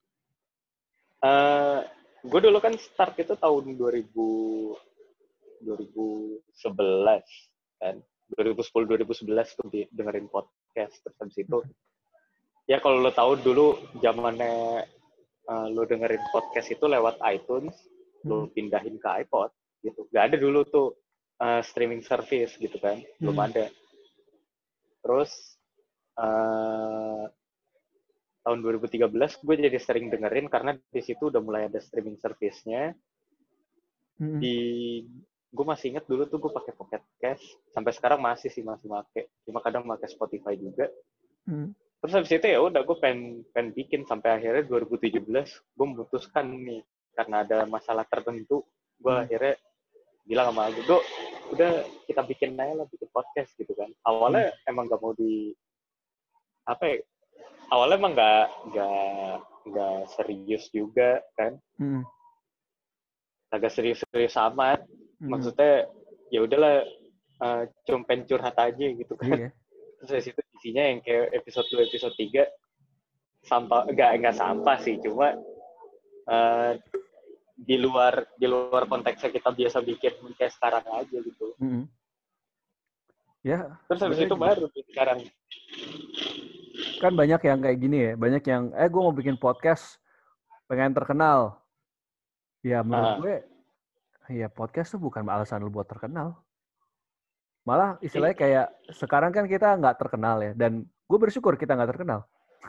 Uh, gue dulu kan start itu tahun dua ribu dua ribu sebelas kan. dua ribu sepuluh dua ribu sebelas tuh dengerin podcast terus habis itu. Ya kalau lo tahu dulu zamannya uh, lo dengerin podcast itu lewat iTunes, lo pindahin ke iPod gitu. Gak ada dulu tuh uh, streaming service gitu kan, belum hmm. ada. Terus uh, tahun dua ribu tiga belas gue jadi sering dengerin karena di situ udah mulai ada streaming service-nya. Hmm. Di gue masih ingat dulu tuh gue pakai Pocket Cast, sampai sekarang masih sih masih pakai. Cuma kadang pakai Spotify juga. Hmm. Terus habis itu ya udah gue pengen pengen bikin sampai akhirnya dua ribu tujuh belas gue memutuskan nih karena ada masalah tertentu gue hmm. akhirnya bilang sama Agu, udah kita bikin aja lah bikin podcast gitu kan. Awalnya hmm. emang gak mau di apa ya? Awalnya emang gak gak gak serius juga kan. Hmm. Agak serius-serius amat. Hmm. Maksudnya ya udahlah uh, cuma pengen curhat aja gitu kan. Iya. Terus dari situ isinya yang kayak episode dua, episode tiga sampah, enggak enggak sampah sih, cuma uh, di luar di luar konteksnya kita biasa bikin kayak sekarang aja gitu. Mm-hmm. Ya. Terus habis itu baru sekarang. Kan banyak yang kayak gini ya, banyak yang eh gue mau bikin podcast pengen terkenal. Ya menurut uh. gue ya podcast tuh bukan alasan lu buat terkenal. Malah istilahnya kayak sekarang kan kita nggak terkenal ya, dan gue bersyukur kita nggak terkenal.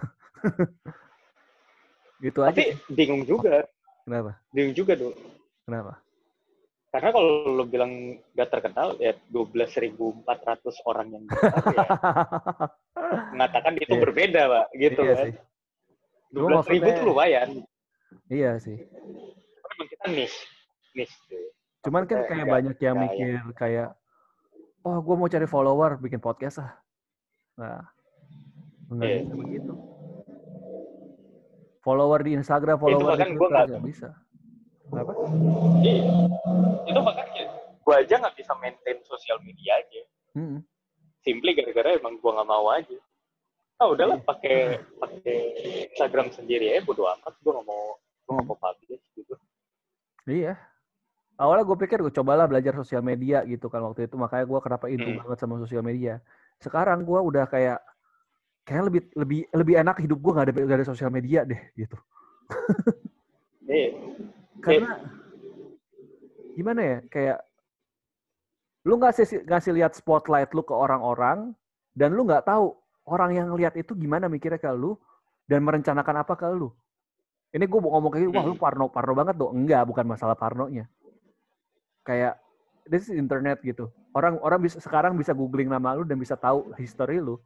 Gitu aja. Tapi bingung juga. Kenapa? Bingung juga dulu. Kenapa? Karena kalau lo bilang nggak terkenal, ya dua belas ribu empat ratus orang yang dengar ya mengatakan itu yeah. berbeda, Pak. Gitu iya kan. Sih. dua belas ribu itu lumayan. Iya sih. Memang kita niche. niche tuh. Cuman kan kayak enggak, banyak yang mikir ya. Kayak oh, gue mau cari follower, bikin podcast ah. Nah, enggak yeah. bisa begitu. Follower di Instagram, follower di Twitter nggak bisa. Kenapa? Iya. Itu bahkan ya, gue aja nggak bisa maintain sosial media aja. Hmm. Simply gara-gara emang gue nggak mau aja. Ah udahlah yeah. pakai pakai Instagram sendiri ya, bodo amat. Gue nggak mau gue nggak mau publish gitu. Iya. Awalnya gue pikir gue cobalah belajar sosial media gitu kan waktu itu, makanya gue kenapa into hmm. banget sama sosial media. Sekarang gue udah kayak kayak lebih lebih lebih enak hidup gue nggak ada nggak ada sosial media deh gitu. Iya. Karena gimana ya, kayak lu ngasih ngasih lihat spotlight lu ke orang-orang dan lu nggak tahu orang yang lihat itu gimana mikirnya ke lu dan merencanakan apa ke lu. Ini gue mau ngomong kayak gitu, wah lu parno parno banget tuh. Enggak, bukan masalah parnonya. Kayak this is internet gitu. Orang orang bisa sekarang bisa googling nama lu dan bisa tahu history lu.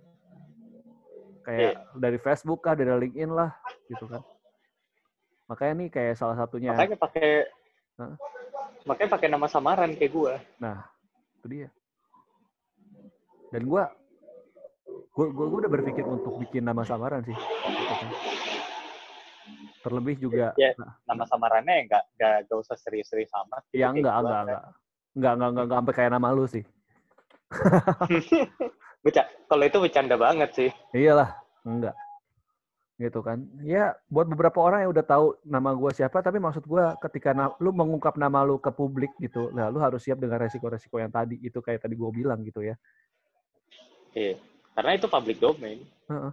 Kayak yeah. dari Facebook kah, dari LinkedIn lah, gitu kan. Makanya nih kayak salah satunya. Makanya pakai, huh? makanya pakai nama samaran kayak gue. Nah, itu dia. Dan gue, gue, gue, gue udah berpikir untuk bikin nama samaran sih. Gitu kan. Terlebih juga. Ya, nah, nama samarannya nggak nggak nggak usah serius-serius amat. Ya enggak, enggak, enggak, enggak, enggak, enggak, enggak, enggak sampai kayak nama lu sih. Beca, kalau itu bercanda banget sih. Iyalah, enggak. Gitu kan. Ya, buat beberapa orang yang udah tahu nama gue siapa, tapi maksud gue ketika na- lu mengungkap nama lu ke publik gitu, nah lu harus siap dengan resiko-resiko yang tadi. Itu kayak tadi gue bilang gitu ya. Iya, karena itu public domain. Uh-uh.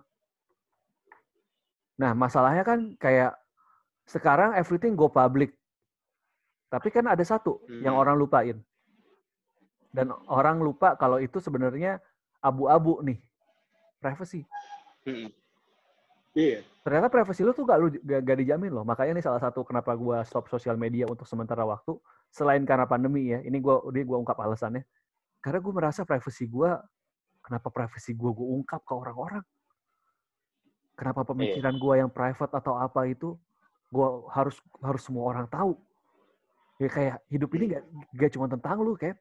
Nah, masalahnya kan kayak sekarang everything go public. Tapi kan ada satu hmm. yang orang lupain. Dan orang lupa kalau itu sebenarnya abu-abu nih. Privacy. Hmm. Iya. Ternyata privasi lu tuh gak, lu, gak, gak dijamin loh. Makanya ini salah satu kenapa gue stop sosial media untuk sementara waktu. Selain karena pandemi ya. Ini gue ini gue ungkap alasannya. Karena gue merasa privasi gue, kenapa privasi gue gue ungkap ke orang-orang? Kenapa pemikiran gue yang private atau apa itu, gue harus harus semua orang tahu. Ya kayak hidup ini gak, gak cuma tentang lu, kayak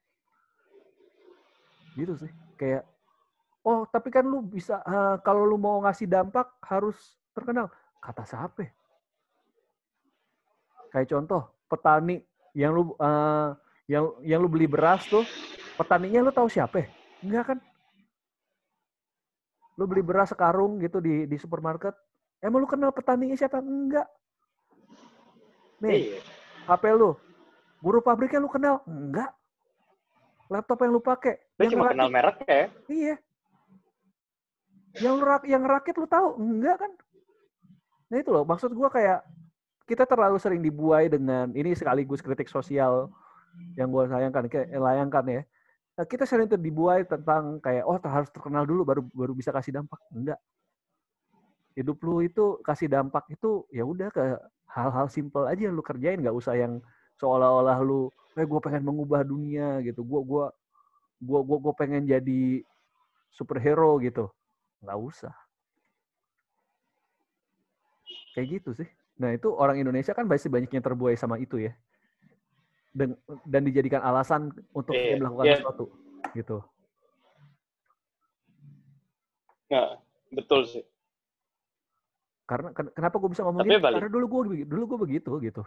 gitu sih. Kayak, oh tapi kan lu bisa, uh, kalau lu mau ngasih dampak harus terkenal. Kata siapa? Kayak contoh, petani yang lu uh, yang yang lu beli beras tuh, petaninya lu tahu siapa? Enggak kan? Lu beli beras sekarung gitu di di supermarket, emang lu kenal petaninya siapa? Enggak. Nih, H P lu, buruh pabriknya lu kenal? Enggak. Laptop yang lu pakai, lu cuma kenal mereknya ya? Iya. Yang lu yang rakit lu tahu? Enggak kan? Nah itu loh, maksud gue kayak kita terlalu sering dibuai dengan ini sekaligus kritik sosial yang gue sayangkan, kayak layangkan ya. Nah, kita sering tuh dibuai tentang kayak oh harus terkenal dulu baru baru bisa kasih dampak. Enggak. Hidup lu itu kasih dampak itu ya udah ke hal-hal simpel aja yang lu kerjain, nggak usah yang seolah-olah lu, eh gue pengen mengubah dunia gitu, gue gue gue gue gue pengen jadi superhero gitu, nggak usah. Kayak gitu sih. Nah itu orang Indonesia kan pasti banyak yang terbuai sama itu ya. Dan, dan dijadikan alasan untuk yeah, dia melakukan yeah. sesuatu. Gitu. Ya, betul sih. Karena kenapa gue bisa ngomong gitu? Karena dulu gue dulu gue begitu gitu.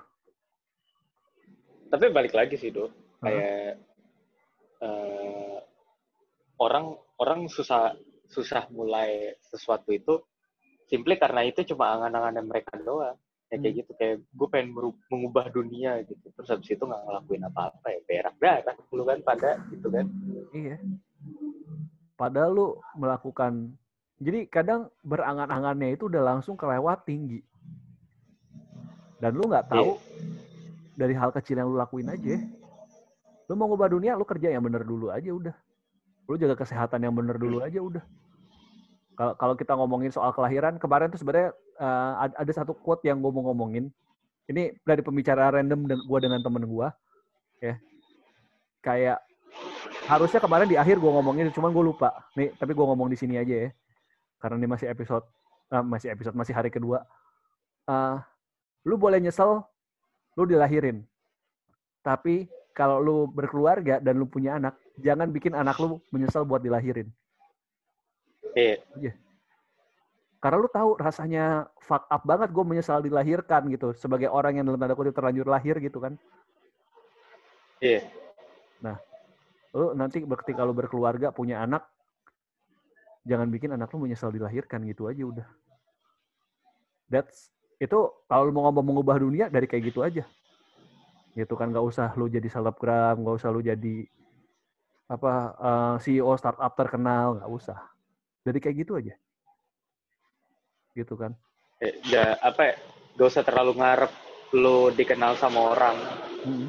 Tapi balik lagi sih, Do. Kayak huh? uh, orang orang susah susah mulai sesuatu itu simply karena itu cuma angan-angan mereka doang. Ya kayak hmm. gitu, kayak gue pengen mengubah dunia gitu. Terus habis itu nggak ngelakuin apa-apa ya, berak berak dulu kan pada gitu kan. Iya. Padahal lu melakukan, jadi kadang berangan-angannya itu udah langsung kelewat tinggi. Dan lu nggak tahu yeah. dari hal kecil yang lu lakuin aja. Lu mau ngubah dunia, lu kerja yang bener dulu aja udah. Lu jaga kesehatan yang bener dulu aja udah. Kalau kita ngomongin soal kelahiran, kemarin tuh sebenarnya uh, ada satu quote yang gue mau ngomongin. Ini dari pembicaraan random dan gue dengan temen gue, ya. Kayak harusnya kemarin di akhir gue ngomongin, cuman gue lupa. Nih, tapi gue ngomong di sini aja ya, karena ini masih episode, uh, masih episode masih hari kedua. Uh, lu boleh nyesel, lu dilahirin. Tapi kalau lu berkeluarga dan lu punya anak, jangan bikin anak lu menyesal buat dilahirin. Iya. Yeah. Karena lu tahu rasanya fuck up banget gue menyesal dilahirkan gitu. Sebagai orang yang dalam tanda kutip terlanjur lahir gitu kan. Iya. Yeah. Nah, lu nanti ketika lu berkeluarga, punya anak, jangan bikin anak lu menyesal dilahirkan gitu aja udah. That's, itu kalau lu mau ngomong mengubah dunia dari kayak gitu aja. Gitu kan, gak usah lu jadi selebgram, gak usah lu jadi apa uh, C E O startup terkenal, gak usah. Jadi kayak gitu aja. Gitu kan. Ya, apa ya, gak usah terlalu ngarep lu dikenal sama orang. Hmm.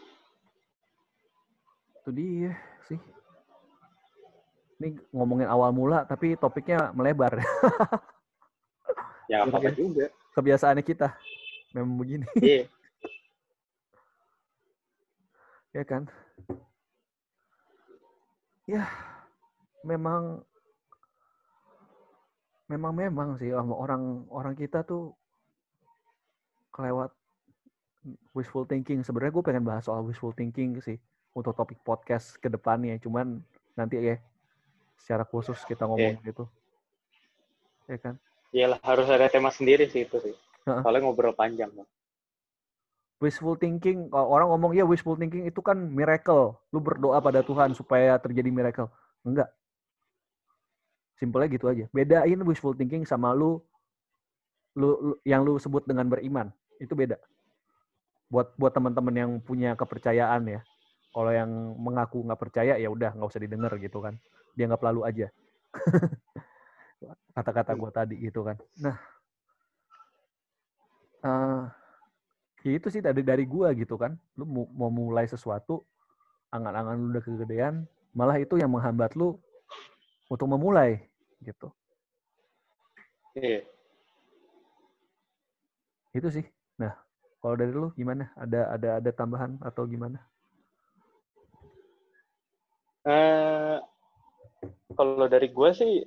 Itu dia sih. Ini ngomongin awal mula, tapi topiknya melebar. Ya, apa-apa juga. kebiasaannya kita memang begini. Iya. Ya kan? Ya, memang memang memang sih orang orang kita tuh kelewat wishful thinking. Sebenarnya gue pengen bahas soal wishful thinking sih untuk topik podcast ke depannya. Cuman nanti ya secara khusus kita ngomongin yeah. itu. Ya kan? Iyalah, harus ada tema sendiri sih itu sih. Uh-huh. Soalnya ngobrol panjang. Bang. Wishful thinking, orang ngomong ya wishful thinking itu kan miracle. Lu berdoa pada Tuhan supaya terjadi miracle. Enggak. Simpelnya gitu aja. Bedain wishful thinking sama lu, lu, lu yang lu sebut dengan beriman. Itu beda. Buat buat teman-teman yang punya kepercayaan ya. Kalau yang mengaku nggak percaya ya udah nggak usah didengar gitu kan. Dia nggak lalu aja. Kata-kata gue tadi gitu kan. Nah, uh, ya itu sih dari dari gue gitu kan. Lu mau mulai sesuatu, angan-angan lu udah kegedean, malah itu yang menghambat lu untuk memulai gitu. Iya. Itu sih. Nah, kalau dari lu gimana? Ada ada ada tambahan atau gimana? Uh, kalau dari gue sih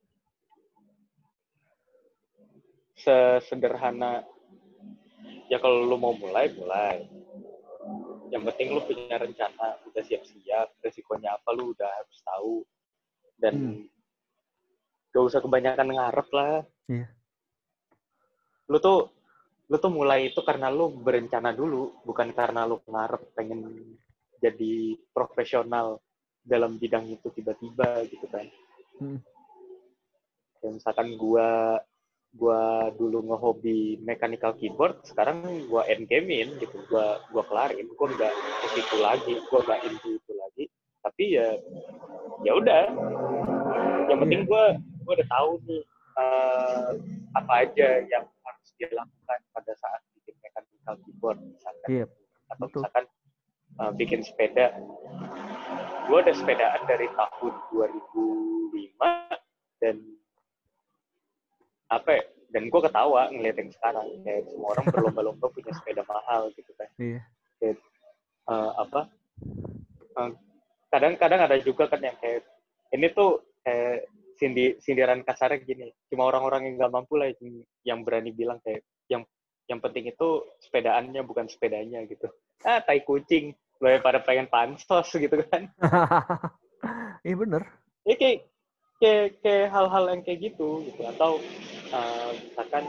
sesederhana ya kalau lu mau mulai mulai. Yang penting lu punya rencana, udah siap-siap, resikonya apa lu udah harus tahu dan hmm. gak usah kebanyakan ngarep lah. Iya. Lu tuh lu tuh mulai itu karena lu berencana dulu, bukan karena lu ngarep pengen jadi profesional dalam bidang itu tiba-tiba gitu kan. Hmm. Ya, misalkan gua gua dulu ngehobi mechanical keyboard, sekarang gua endgamein gitu, gua gua kelarin, gua nggak ke situ lagi, gua nggak into itu lagi. Tapi ya ya udah, yang penting gua gua udah tahu nih uh, apa aja yang harus dilakukan pada saat bikin mechanical keyboard misalkan, yep. atau Betul. misalkan uh, bikin sepeda. Gua ada sepedaan dari tahun dua ribu lima dan apa ya, dan gue ketawa ngeliat yang sekarang kayak semua orang berlomba-lomba punya sepeda mahal gitu kan. Iya. Kayak, uh, apa uh, kadang-kadang ada juga kan yang kayak ini tuh kayak sindi, sindiran kasarnya gini, cuma orang-orang yang nggak mampu lah yang, yang berani bilang kayak yang yang penting itu sepedaannya bukan sepedanya gitu. Ah, tai kucing, lo yang pada pengen pansos gitu kan. Iya bener. Ya kayak kayak kayak hal-hal yang kayak gitu gitu, atau uh, misalkan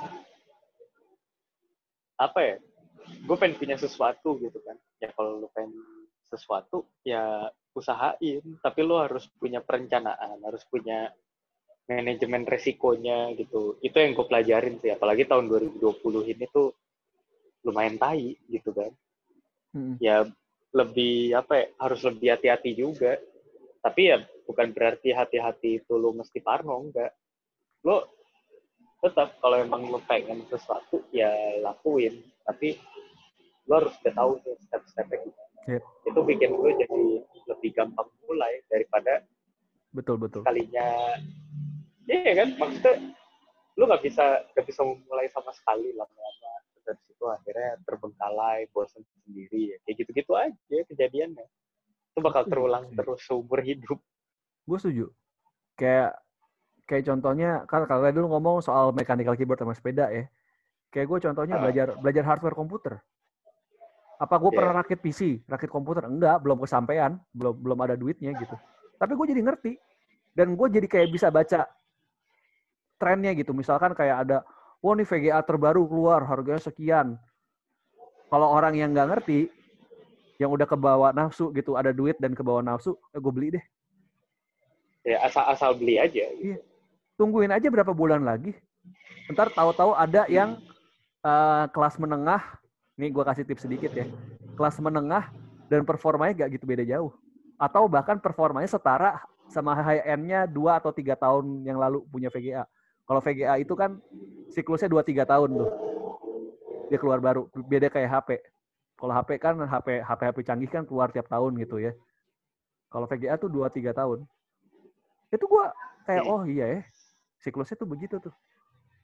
apa ya, gue pengen punya sesuatu gitu kan, ya kalau lu pengen sesuatu ya usahain, tapi lu harus punya perencanaan, harus punya manajemen resikonya gitu. Itu yang gue pelajarin sih, apalagi tahun dua ribu dua puluh ini tuh lumayan tai gitu kan. Hmm. Ya lebih apa ya, harus lebih hati-hati juga, tapi ya bukan berarti hati-hati itu lu mesti parno, enggak. Lu tetap kalau emang lu pengen sesuatu ya lakuin, tapi lu harus udah tahu nih step-stepnya gimana. Yep. Itu bikin lu jadi lebih gampang mulai daripada betul betul sekalinya. Iya kan, maksudnya lu nggak bisa nggak bisa memulai sama sekali lama-lama, dari situ akhirnya terbengkalai, bosan sendiri, ya kayak gitu-gitu aja kejadiannya. Itu bakal terulang terus seumur hidup. Gue setuju. Kayak kayak contohnya kan kalau dulu ngomong soal mechanical keyboard sama sepeda ya. Kayak gue contohnya uh. belajar belajar hardware komputer. Apa gue yeah. pernah rakit P C, rakit komputer? Enggak, belum kesampaian, belum belum ada duitnya gitu. Tapi gue jadi ngerti dan gue jadi kayak bisa baca trennya gitu. Misalkan kayak ada, wah nih V G A terbaru keluar harganya sekian. Kalau orang yang nggak ngerti, yang udah kebawa nafsu gitu, ada duit dan kebawa nafsu, eh gue beli deh. Ya asal-asal beli aja. Gitu. Iya. Tungguin aja berapa bulan lagi. Ntar tahu-tahu ada yang uh, kelas menengah. Nih gue kasih tips sedikit ya. Kelas menengah dan performanya gak gitu beda jauh. Atau bahkan performanya setara sama high-end-nya dua atau tiga tahun yang lalu punya V G A. Kalau V G A itu kan siklusnya dua tiga tahun tuh. Dia keluar baru. Beda kayak H P. Kalau H P kan H P H P H P canggih kan keluar tiap tahun gitu ya. Kalau V G A tuh dua tiga tahun. Itu gue kayak, oh iya ya. Siklusnya tuh begitu tuh.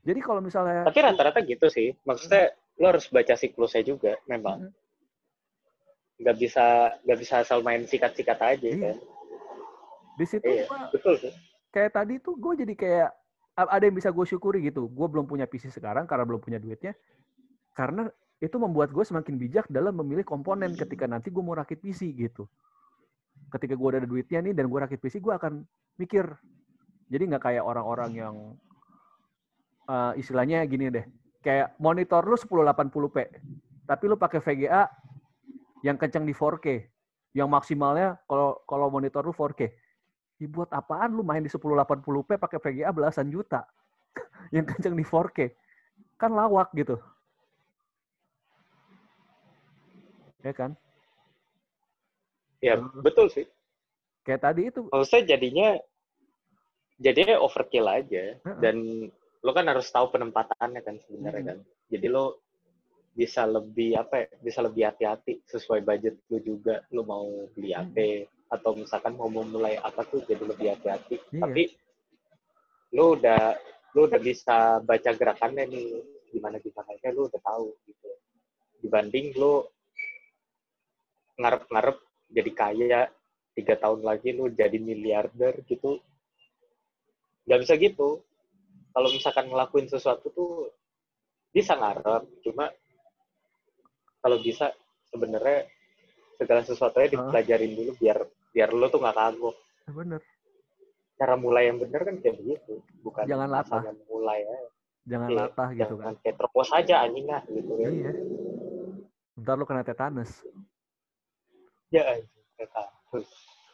Jadi kalau misalnya... Tapi rata-rata gitu sih. Maksudnya lo harus baca siklusnya juga, memang. Nggak bisa nggak bisa asal main sikat-sikat aja iya. kan. Di situ iya, gua, betul sih. Kayak tadi tuh gue jadi kayak ada yang bisa gue syukuri gitu. Gue belum punya P C sekarang karena belum punya duitnya. Karena itu membuat gue semakin bijak dalam memilih komponen ketika nanti gue mau rakit P C gitu. Ketika gue udah ada duitnya nih dan gue rakit P C, gue akan mikir. Jadi nggak kayak orang-orang yang uh, istilahnya gini deh. Kayak monitor lu sepuluh delapan puluh p, tapi lu pakai V G A yang kencang di four K, yang maksimalnya kalau kalau monitor lu four K. Ya buat apaan lu main di sepuluh delapan puluh p pakai V G A belasan juta yang kencang di four K? Kan lawak gitu. Ya kan? Ya, uh, betul sih. Kayak tadi itu. Maksudnya jadinya jadinya overkill aja. Uh-uh. Dan lo kan harus tahu penempatannya kan sebenarnya hmm. kan. Jadi lo bisa lebih apa ya, bisa lebih hati-hati sesuai budget lo juga. Lo mau beli apa hmm. atau misalkan mau mulai apa tuh jadi lebih hati-hati. Iya. Tapi lo udah lo udah bisa baca gerakannya nih, gimana gimana aja lo udah tahu gitu. Dibanding lo ngarep-ngarep jadi kaya tiga tahun lagi lo jadi miliarder gitu, nggak bisa gitu. Kalau misalkan ngelakuin sesuatu tuh bisa ngarep, cuma kalau bisa sebenarnya segala sesuatunya dipelajarin dulu biar biar lo tuh nggak kagok. Bener. Cara mulai yang bener kan kayak begitu, bukan jangan latah. mulai ya. Jangan ya, latah gitu jangan kan. Kayak terpos aja anjing lah gitu ya. Iya. Ntar lo kena tetanus. Ya anjing, tetanus.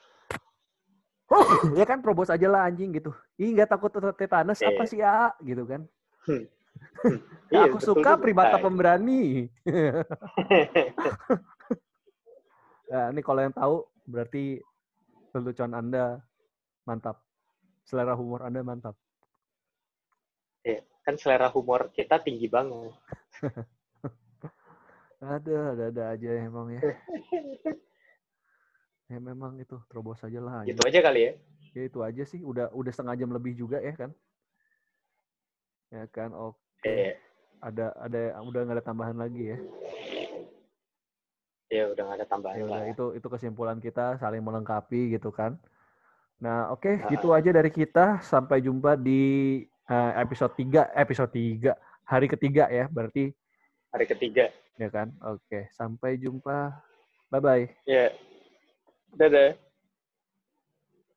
Ya kan terobos aja lah anjing gitu. Ih nggak takut tetanus yeah. Apa sih ya gitu kan. Hmm. Hmm. Iya, aku suka juga. Primata nah, pemberani. Nah, ini kalau yang tahu berarti lelucon Anda mantap. Selera humor Anda mantap. Iya, kan selera humor kita tinggi banget. Ada, ada-ada aja emang ya. Ya memang itu terobos aja lah. Itu aja kali ya. Ya itu aja sih. Udah udah setengah jam lebih juga ya kan. Ya kan, oke. Okay. Eh. Ada ada udah nggak ada tambahan lagi ya. Ya udah nggak ada tambahan ya, lah. Udah, itu itu kesimpulan kita saling melengkapi gitu kan. Nah oke okay, nah. Gitu aja dari kita. Sampai jumpa di uh, episode tiga episode tiga hari ketiga ya berarti. Hari ketiga. Ya kan, oke. Okay. Sampai jumpa. Bye bye. Ya. Yeah. Dadah.